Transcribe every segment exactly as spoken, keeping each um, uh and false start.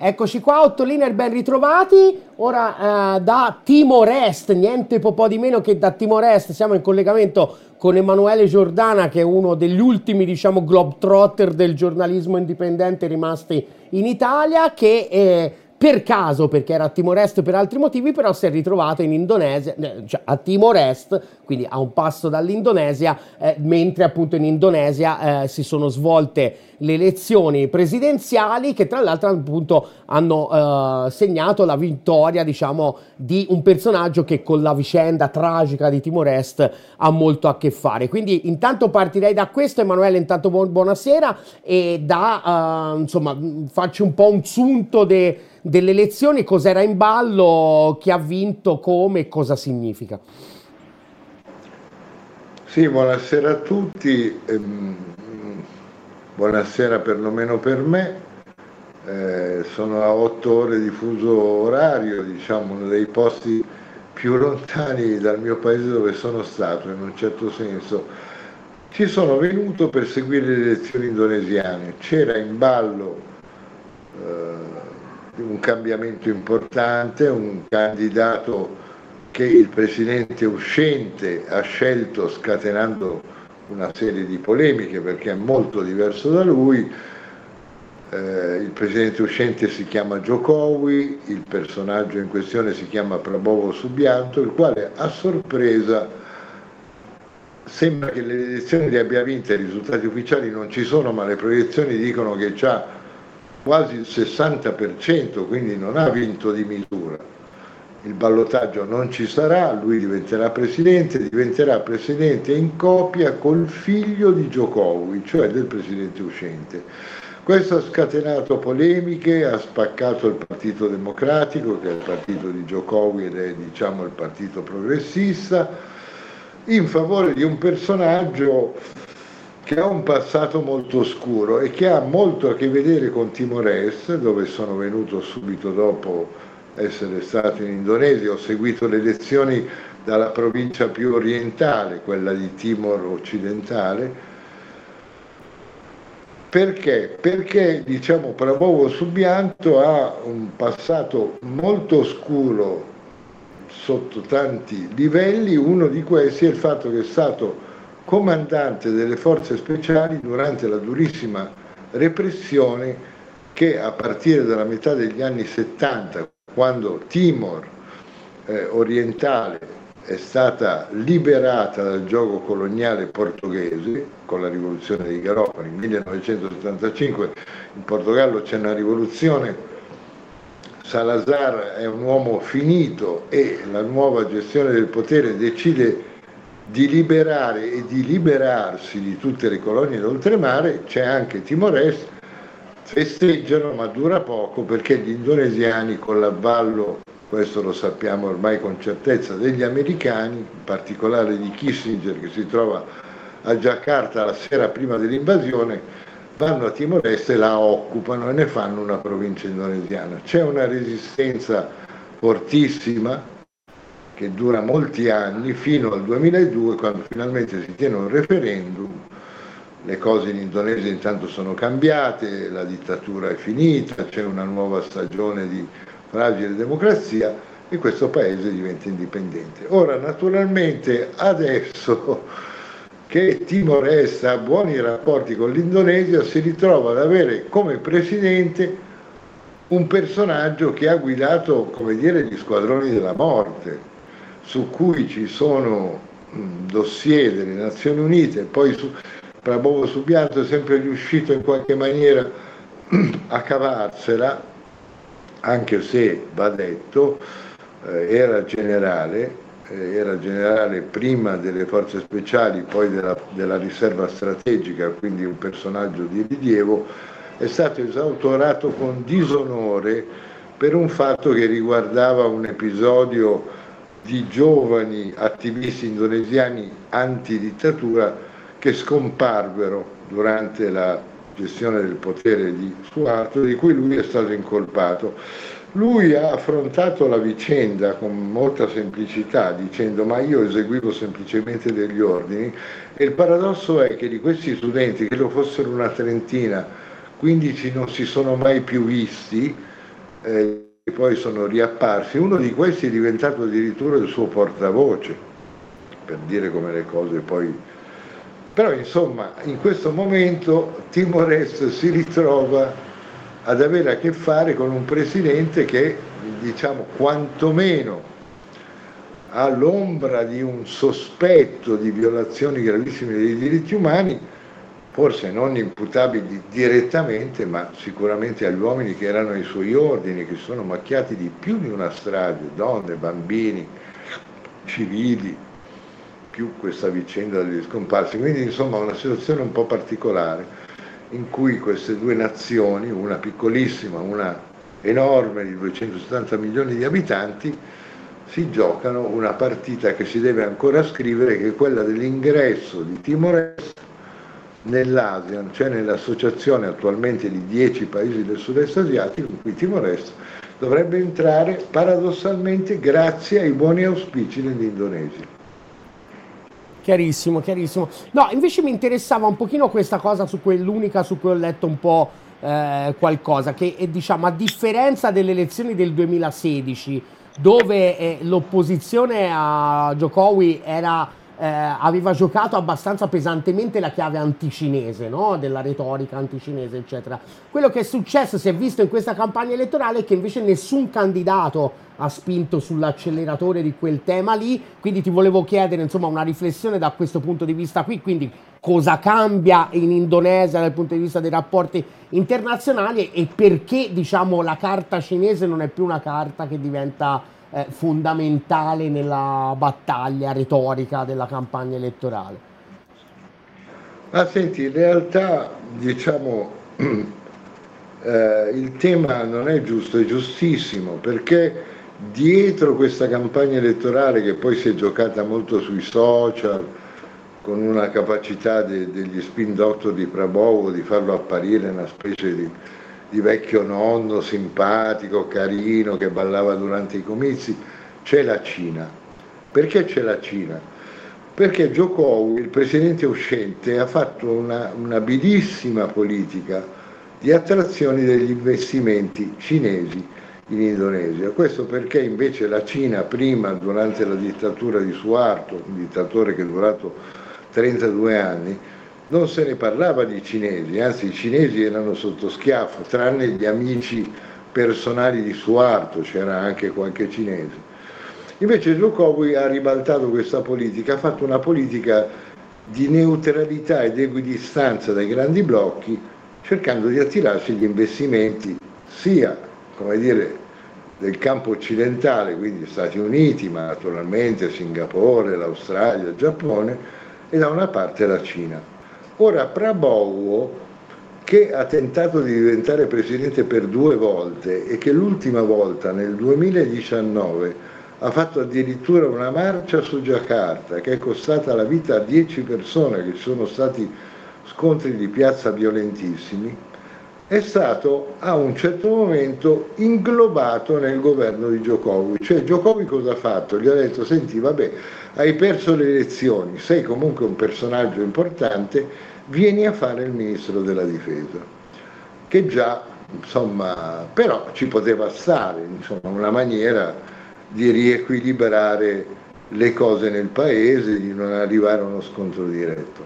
Eccoci qua, Ottoliner, ben ritrovati. Ora eh, da Timor Est, niente po' po' di meno che da Timor Est, siamo in collegamento con Emanuele Giordana, che è uno degli ultimi, diciamo, globetrotter del giornalismo indipendente rimasti in Italia, che eh, per caso, perché era a Timor Est per altri motivi, però si è ritrovato in Indonesia, eh, cioè a Timor Est, quindi a un passo dall'Indonesia, eh, mentre appunto in Indonesia eh, si sono svolte le elezioni presidenziali, che tra l'altro appunto hanno eh, segnato la vittoria, diciamo, di un personaggio che con la vicenda tragica di Timor Est ha molto a che fare. Quindi intanto partirei da questo, Emanuele, intanto bu- buonasera, e da eh, insomma faccio un po' un sunto de- delle elezioni, cos'era in ballo, chi ha vinto, come e cosa significa. Sì, buonasera a tutti, ehm, buonasera perlomeno per me, eh, sono a otto ore di fuso orario, diciamo uno dei posti più lontani dal mio paese dove sono stato, in un certo senso. Ci sono venuto per seguire le elezioni indonesiane, c'era in ballo eh, un cambiamento importante, un candidato che il presidente uscente ha scelto scatenando una serie di polemiche perché è molto diverso da lui. Eh, il presidente uscente si chiama Jokowi, il personaggio in questione si chiama Prabowo Subianto, il quale a sorpresa sembra che le elezioni le abbia vinte, i risultati ufficiali non ci sono, ma le proiezioni dicono che c'ha quasi il sessanta per cento, quindi non ha vinto di misura. Il ballottaggio non ci sarà, lui diventerà presidente, diventerà presidente in coppia col figlio di Jokowi, cioè del presidente uscente. Questo ha scatenato polemiche, ha spaccato il Partito Democratico, che è il partito di Jokowi ed è, diciamo, il partito progressista, in favore di un personaggio che ha un passato molto oscuro e che ha molto a che vedere con Timor Est, dove sono venuto subito dopo essere stato in Indonesia. Ho seguito le elezioni dalla provincia più orientale, quella di Timor occidentale. Perché? Perché, diciamo, Prabowo Subianto ha un passato molto oscuro sotto tanti livelli. Uno di questi è il fatto che è stato comandante delle forze speciali durante la durissima repressione che a partire dalla metà degli anni settanta, quando Timor eh, orientale è stata liberata dal giogo coloniale portoghese con la rivoluzione dei Garofani nel millenovecentosettantacinque, in Portogallo c'è una rivoluzione, Salazar è un uomo finito e la nuova gestione del potere decide di liberare e di liberarsi di tutte le colonie d'oltremare. C'è anche Timor Est, festeggiano, ma dura poco perché gli indonesiani, con l'avvallo, questo lo sappiamo ormai con certezza, degli americani, in particolare di Kissinger che si trova a Giacarta la sera prima dell'invasione, vanno a Timor Est e la occupano e ne fanno una provincia indonesiana. C'è una resistenza fortissima che dura molti anni, fino al duemiladue, quando finalmente si tiene un referendum. Le cose in Indonesia intanto sono cambiate, la dittatura è finita, c'è una nuova stagione di fragile democrazia e questo paese diventa indipendente. Ora, naturalmente, adesso che Timor Est ha buoni rapporti con l'Indonesia, si ritrova ad avere come presidente un personaggio che ha guidato, come dire, gli squadroni della morte, su cui ci sono mh, dossier delle Nazioni Unite. Poi su Prabowo Subianto è sempre riuscito in qualche maniera a cavarsela, anche se, va detto, eh, era generale, eh, era generale prima delle forze speciali, poi della, della riserva strategica, quindi un personaggio di rilievo. È stato esautorato con disonore per un fatto che riguardava un episodio di giovani attivisti indonesiani antidittatura che scomparvero durante la gestione del potere di Suharto, di cui lui è stato incolpato. Lui ha affrontato la vicenda con molta semplicità, dicendo: ma io eseguivo semplicemente degli ordini, e il paradosso è che di questi studenti, che lo fossero una trentina, quindici non si sono mai più visti, eh, che poi sono riapparsi. Uno di questi è diventato addirittura il suo portavoce, per dire come le cose poi... Però insomma, in questo momento Timor-Est si ritrova ad avere a che fare con un presidente che, diciamo, quantomeno ha l'ombra di un sospetto di violazioni gravissime dei diritti umani, forse non imputabili direttamente, ma sicuramente agli uomini che erano ai suoi ordini, che sono macchiati di più di una strage, donne, bambini, civili, più questa vicenda degli scomparsi. Quindi insomma una situazione un po' particolare in cui queste due nazioni, una piccolissima, una enorme di duecentosettanta milioni di abitanti, si giocano una partita che si deve ancora scrivere, che è quella dell'ingresso di Timor-Est nell'ASEAN, cioè nell'associazione attualmente di dieci paesi del sud-est asiatico, in cui Timor-Est dovrebbe entrare paradossalmente grazie ai buoni auspici dell'Indonesia. Chiarissimo, chiarissimo. No, invece mi interessava un pochino questa cosa, su quell'unica su cui ho letto un po' eh, qualcosa, che è, diciamo, a differenza delle elezioni del duemilasedici, dove eh, l'opposizione a Jokowi era... Eh, aveva giocato abbastanza pesantemente la chiave anticinese, no? Della retorica anticinese, eccetera. Quello che è successo, si è visto in questa campagna elettorale, è che invece nessun candidato ha spinto sull'acceleratore di quel tema lì, quindi ti volevo chiedere, insomma, una riflessione da questo punto di vista qui, quindi cosa cambia in Indonesia dal punto di vista dei rapporti internazionali e perché, diciamo, la carta cinese non è più una carta che diventa Eh, fondamentale nella battaglia retorica della campagna elettorale. Ma senti, in realtà, diciamo, eh, il tema non è giusto, è giustissimo, perché dietro questa campagna elettorale, che poi si è giocata molto sui social, con una capacità de- degli spin doctor di Prabowo di farlo apparire una specie di di vecchio nonno simpatico, carino, che ballava durante i comizi, c'è la Cina. Perché c'è la Cina? Perché Jokowi, il presidente uscente, ha fatto una, una abilissima politica di attrazione degli investimenti cinesi in Indonesia. Questo perché invece la Cina, prima, durante la dittatura di Suharto, un dittatore che è durato trentadue anni, non se ne parlava di cinesi, anzi i cinesi erano sotto schiaffo, tranne gli amici personali di Suharto, c'era anche qualche cinese. Invece Jokowi ha ribaltato questa politica, ha fatto una politica di neutralità ed equidistanza dai grandi blocchi, cercando di attirarsi gli investimenti sia, come dire, del campo occidentale, quindi Stati Uniti, ma naturalmente Singapore, l'Australia, il Giappone, e da una parte la Cina. Ora Prabowo, che ha tentato di diventare presidente per due volte e che l'ultima volta nel duemiladiciannove ha fatto addirittura una marcia su Giacarta che è costata la vita a dieci persone, che ci sono stati scontri di piazza violentissimi, è stato a un certo momento inglobato nel governo di Jokowi. Cioè Jokowi cosa ha fatto? Gli ha detto: senti, vabbè, hai perso le elezioni, sei comunque un personaggio importante, vieni a fare il ministro della difesa, che già, insomma, però ci poteva stare, insomma, una maniera di riequilibrare le cose nel paese, di non arrivare a uno scontro diretto.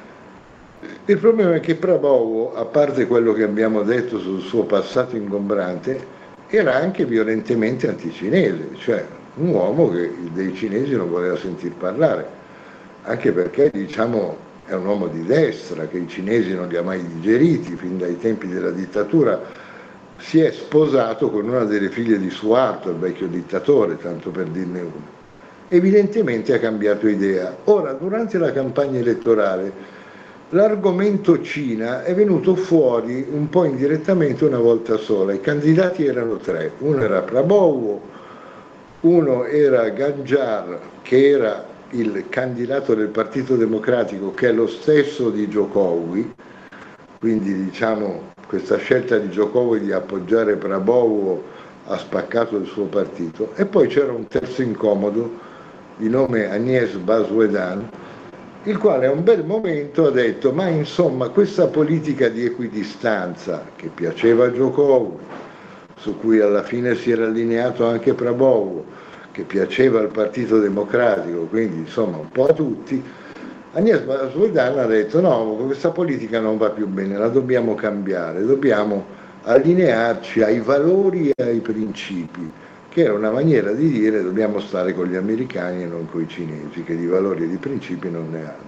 Il problema è che Prabowo, a parte quello che abbiamo detto sul suo passato ingombrante, era anche violentemente anticinese, cioè un uomo che dei cinesi non voleva sentir parlare, anche perché, diciamo, è un uomo di destra che i cinesi non li ha mai digeriti fin dai tempi della dittatura. Si è sposato con una delle figlie di Suharto, il vecchio dittatore, tanto per dirne uno. Evidentemente ha cambiato idea. Ora, durante la campagna elettorale, l'argomento Cina è venuto fuori un po' indirettamente una volta sola. I candidati erano tre: uno era Prabowo, uno era Ganjar, che era il candidato del Partito Democratico, che è lo stesso di Jokowi, quindi diciamo questa scelta di Jokowi di appoggiare Prabowo ha spaccato il suo partito, e poi c'era un terzo incomodo di nome Agnes Baswedan, il quale a un bel momento ha detto: ma insomma questa politica di equidistanza che piaceva a Jokowi, su cui alla fine si era allineato anche Prabowo, che piaceva al Partito Democratico, quindi insomma un po' a tutti. Agnès Buzz-Boydan ha detto no, questa politica non va più bene, la dobbiamo cambiare, dobbiamo allinearci ai valori e ai principi, che era una maniera di dire dobbiamo stare con gli americani e non con i cinesi, che di valori e di principi non ne hanno.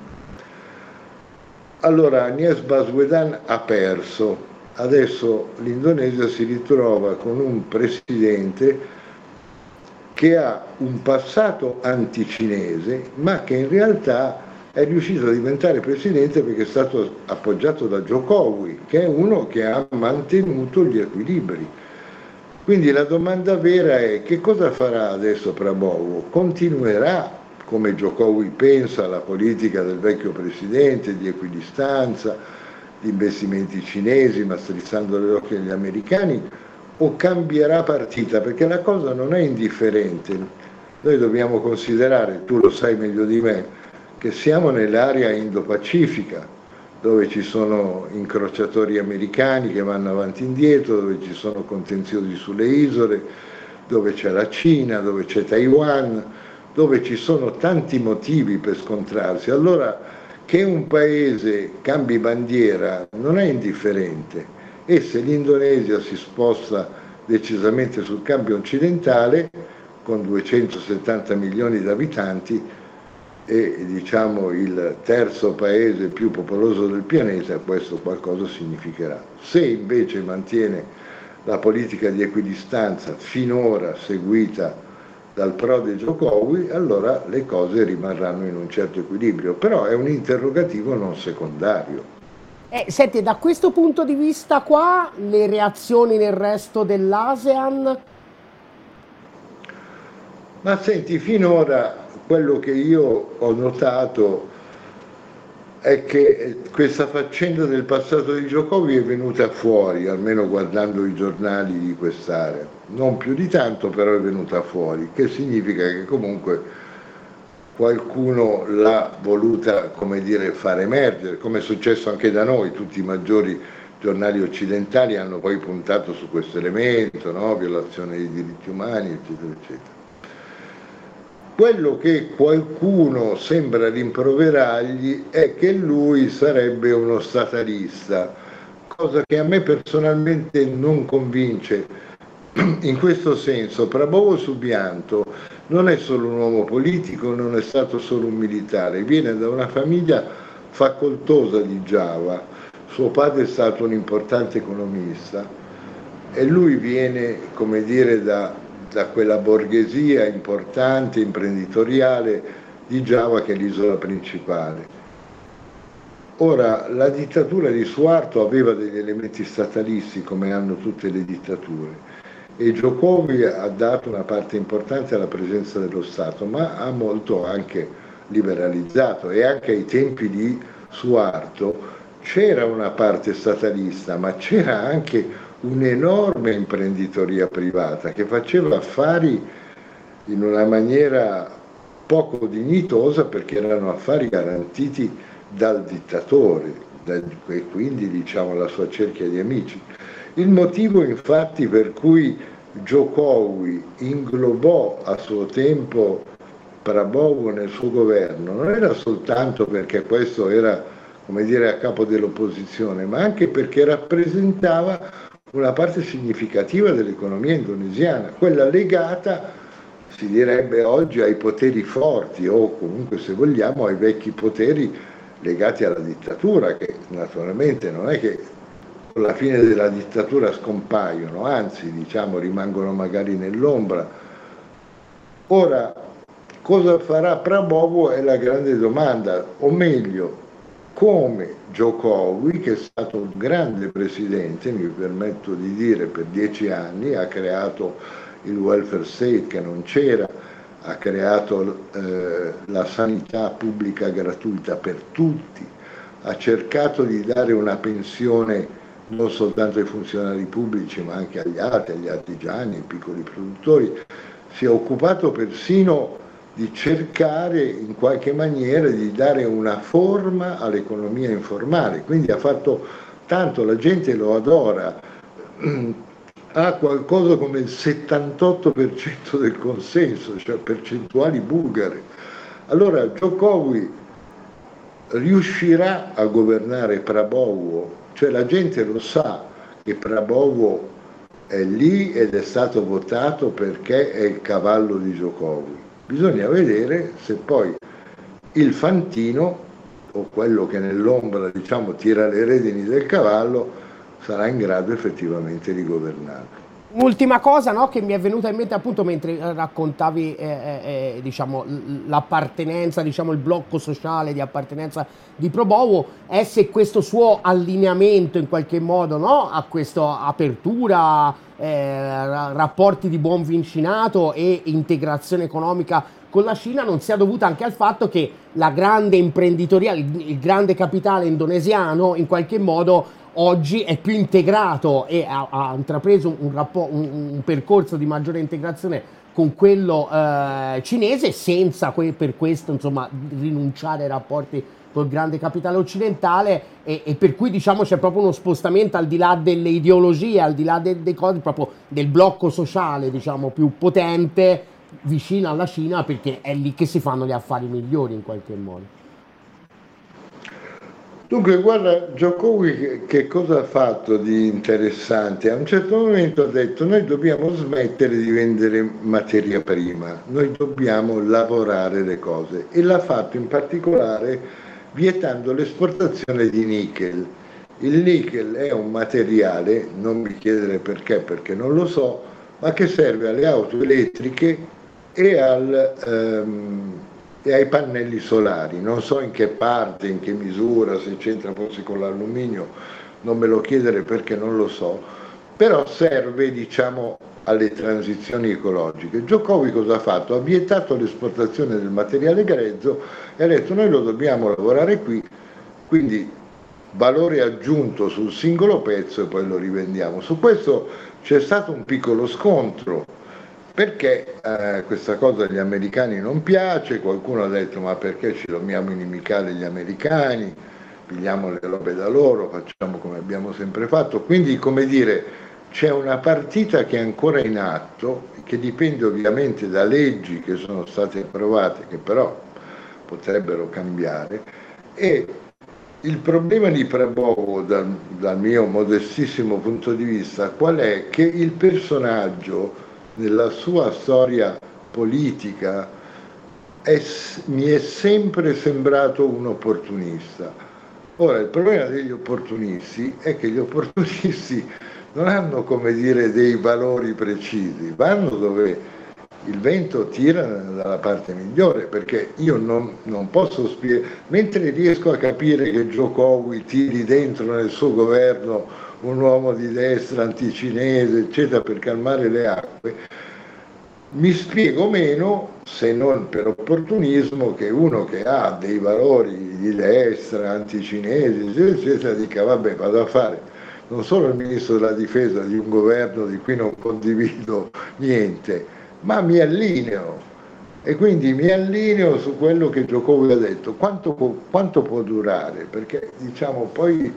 Allora Agnès Buzz-Boydan ha perso, adesso l'Indonesia si ritrova con un presidente che ha un passato anticinese, ma che in realtà è riuscito a diventare presidente perché è stato appoggiato da Jokowi, che è uno che ha mantenuto gli equilibri. Quindi la domanda vera è: che cosa farà adesso Prabowo? Continuerà, come Jokowi pensa, la politica del vecchio presidente di equidistanza, di investimenti cinesi, ma strizzando le occhi agli americani, o cambierà partita? Perché la cosa non è indifferente. Noi dobbiamo considerare, tu lo sai meglio di me, che siamo nell'area Indo-Pacifica, dove ci sono incrociatori americani che vanno avanti e indietro, dove ci sono contenziosi sulle isole, dove c'è la Cina, dove c'è Taiwan, dove ci sono tanti motivi per scontrarsi. Allora, che un paese cambi bandiera non è indifferente, e se l'Indonesia si sposta decisamente sul cambio occidentale, con duecentosettanta milioni di abitanti, e diciamo il terzo paese più popoloso del pianeta, questo qualcosa significherà. Se invece mantiene la politica di equidistanza finora seguita dal prode Jokowi, allora le cose rimarranno in un certo equilibrio, però è un interrogativo non secondario. Eh, senti, da questo punto di vista qua, le reazioni nel resto dell'ASEAN? Ma senti, finora quello che io ho notato è che questa faccenda del passato di Jokowi è venuta fuori, almeno guardando i giornali di quest'area. Non più di tanto, però è venuta fuori, che significa che comunque qualcuno l'ha voluta, come dire, far emergere, come è successo anche da noi. Tutti i maggiori giornali occidentali hanno poi puntato su questo elemento, no? Violazione dei diritti umani, eccetera, eccetera. Quello che qualcuno sembra rimproverargli è che lui sarebbe uno statalista, cosa che a me personalmente non convince. In questo senso, Prabowo Subianto non è solo un uomo politico, non è stato solo un militare, viene da una famiglia facoltosa di Giava, suo padre è stato un importante economista e lui viene, come dire, da... da quella borghesia importante, imprenditoriale di Giava, che è l'isola principale. Ora, la dittatura di Suharto aveva degli elementi statalisti, come hanno tutte le dittature, e Jokowi ha dato una parte importante alla presenza dello Stato, ma ha molto anche liberalizzato, e anche ai tempi di Suharto c'era una parte statalista, ma c'era anche un'enorme imprenditoria privata che faceva affari in una maniera poco dignitosa, perché erano affari garantiti dal dittatore e quindi, diciamo, la sua cerchia di amici. Il motivo infatti per cui Jokowi inglobò a suo tempo Prabowo nel suo governo non era soltanto perché questo era, come dire, a capo dell'opposizione, ma anche perché rappresentava una parte significativa dell'economia indonesiana, quella legata, si direbbe oggi, ai poteri forti, o comunque, se vogliamo, ai vecchi poteri legati alla dittatura, che naturalmente non è che con la fine della dittatura scompaiono, anzi, diciamo, rimangono magari nell'ombra. Ora, cosa farà Prabowo è la grande domanda, o meglio, come Jokowi, che è stato un grande presidente, mi permetto di dire, per dieci anni, ha creato il welfare state che non c'era, ha creato eh, la sanità pubblica gratuita per tutti, ha cercato di dare una pensione non soltanto ai funzionari pubblici ma anche agli altri, agli artigiani, ai piccoli produttori, si è occupato persino di cercare in qualche maniera di dare una forma all'economia informale, quindi ha fatto tanto, la gente lo adora, ha qualcosa come il settantotto per cento del consenso, cioè percentuali bulgare. Allora Djokovic riuscirà a governare Prabowo, cioè la gente lo sa che Prabowo è lì ed è stato votato perché è il cavallo di Djokovic. Bisogna vedere se poi il fantino o quello che nell'ombra, diciamo, tira le redini del cavallo sarà in grado effettivamente di governare. Un'ultima cosa, no, che mi è venuta in mente appunto mentre raccontavi eh, eh, diciamo, l'appartenenza, diciamo, il blocco sociale di appartenenza di Prabowo, è se questo suo allineamento in qualche modo, no, a questa apertura, eh, rapporti di buon vicinato e integrazione economica con la Cina non sia dovuta anche al fatto che la grande imprenditoria, il, il grande capitale indonesiano in qualche modo oggi è più integrato e ha, ha intrapreso un, rappo, un, un percorso di maggiore integrazione con quello eh, cinese, senza que- per questo insomma rinunciare ai rapporti col grande capitale occidentale, e, e per cui diciamo c'è proprio uno spostamento al di là delle ideologie, al di là de- dei cose, proprio del blocco sociale, diciamo, più potente vicino alla Cina, perché è lì che si fanno gli affari migliori in qualche modo. Dunque, guarda, Djokovic che cosa ha fatto di interessante? A un certo momento ha detto: noi dobbiamo smettere di vendere materia prima, noi dobbiamo lavorare le cose, e l'ha fatto in particolare vietando l'esportazione di nickel. Il nickel è un materiale, non mi chiedere perché, perché non lo so, ma che serve alle auto elettriche e al... ehm, e ai pannelli solari. Non so in che parte, in che misura, se c'entra forse con l'alluminio, non me lo chiedere perché non lo so, però serve, diciamo, alle transizioni ecologiche. Djokovic cosa ha fatto? Ha vietato l'esportazione del materiale grezzo e ha detto: noi lo dobbiamo lavorare qui, quindi valore aggiunto sul singolo pezzo e poi lo rivendiamo. Su questo c'è stato un piccolo scontro, perché eh, questa cosa agli americani non piace. Qualcuno ha detto: ma perché ci dobbiamo inimicare gli americani, pigliamo le robe da loro, facciamo come abbiamo sempre fatto. Quindi, come dire, c'è una partita che è ancora in atto, che dipende ovviamente da leggi che sono state approvate, che però potrebbero cambiare. E il problema di Prabowo, dal, dal mio modestissimo punto di vista, qual è? Che il personaggio nella sua storia politica è, mi è sempre sembrato un opportunista. Ora, il problema degli opportunisti è che gli opportunisti non hanno, come dire, dei valori precisi, vanno dove il vento tira dalla parte migliore, perché io non, non posso spiegare, mentre riesco a capire che Djokovic tiri dentro nel suo governo un uomo di destra anticinese, eccetera, per calmare le acque, mi spiego meno, se non per opportunismo, che uno che ha dei valori di destra, anticinesi, eccetera, dica: vabbè, vado a fare non solo il ministro della difesa di un governo di cui non condivido niente, ma mi allineo, e quindi mi allineo su quello che Djokovic ha detto. Quanto, quanto può durare? Perché, diciamo, poi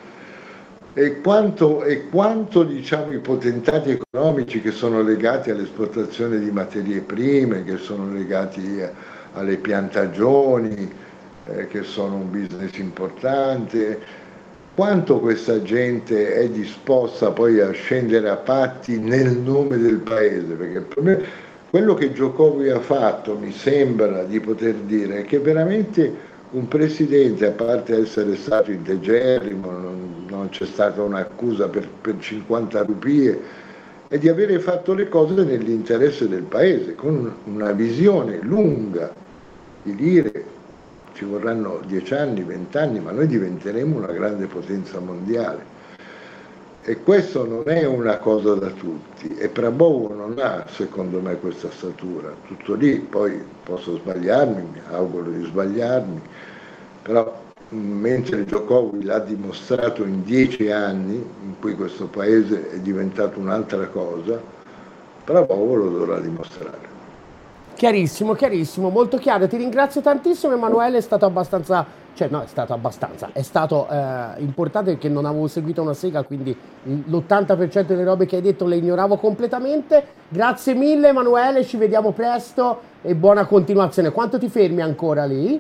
e quanto, e quanto diciamo, i potentati economici che sono legati all'esportazione di materie prime, che sono legati alle piantagioni, eh, che sono un business importante, quanto questa gente è disposta poi a scendere a patti nel nome del paese, perché il problema, quello che Djokovic ha fatto, mi sembra di poter dire, è che veramente un presidente, a parte essere stato integerrimo, non, non c'è stata un'accusa per, per cinquanta rupie, è di avere fatto le cose nell'interesse del paese, con una visione lunga, di dire: ci vorranno dieci anni, venti anni, ma noi diventeremo una grande potenza mondiale. E questo non è una cosa da tutti, e Prabowo non ha, secondo me, questa statura. Tutto lì, poi posso sbagliarmi, mi auguro di sbagliarmi, però mentre Djokovic l'ha dimostrato in dieci anni, in cui questo paese è diventato un'altra cosa, Prabowo lo dovrà dimostrare. Chiarissimo, chiarissimo, molto chiaro. Ti ringrazio tantissimo, Emanuele. È stato abbastanza, cioè no, è stato abbastanza, è stato eh, importante perché non avevo seguito una sega, quindi l'ottanta per cento delle robe che hai detto le ignoravo completamente. Grazie mille, Emanuele, ci vediamo presto e buona continuazione. Quanto ti fermi ancora lì?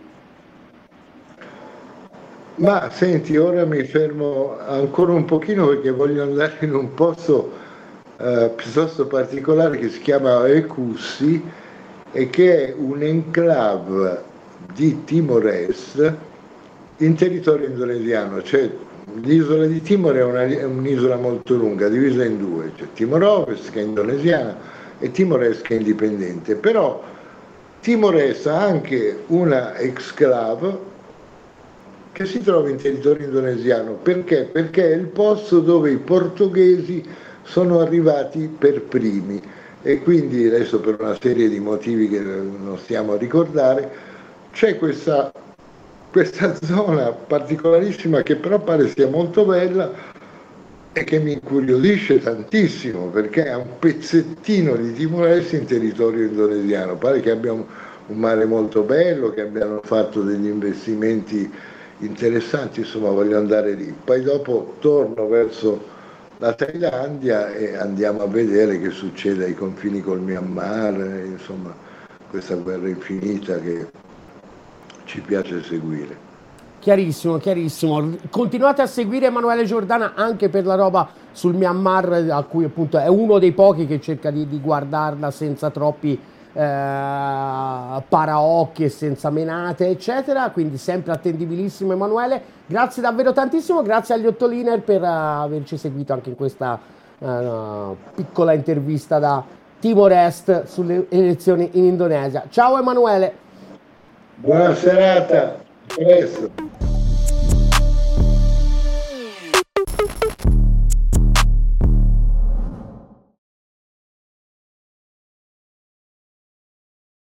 Ma senti, ora mi fermo ancora un pochino perché voglio andare in un posto eh, piuttosto particolare che si chiama Ecussi e che è un enclave di Timor-Est in territorio indonesiano. Cioè, l'isola di Timor è, una, è un'isola molto lunga, divisa in due, cioè Timor-Ovest che è indonesiana e Timor-Est che è indipendente, però Timor-Est ha anche una exclave che si trova in territorio indonesiano. Perché? Perché è il posto dove i portoghesi sono arrivati per primi e quindi adesso per una serie di motivi che non stiamo a ricordare c'è questa, questa zona particolarissima che però pare sia molto bella e che mi incuriosisce tantissimo perché è un pezzettino di Timor-Est in territorio indonesiano. Pare che abbia un, un mare molto bello, che abbiano fatto degli investimenti interessanti, insomma voglio andare lì. Poi dopo torno verso la Thailandia e andiamo a vedere che succede ai confini col Myanmar, insomma questa guerra infinita che ci piace seguire. Chiarissimo, chiarissimo. Continuate a seguire Emanuele Giordana anche per la roba sul Myanmar, a cui appunto è uno dei pochi che cerca di, di guardarla senza troppi eh, paraocchi e senza menate, eccetera. Quindi sempre attendibilissimo Emanuele. Grazie davvero tantissimo, grazie agli Ottoliner per uh, averci seguito anche in questa uh, piccola intervista da Timor-Est sulle elezioni in Indonesia. Ciao Emanuele. Buona serata, a presto.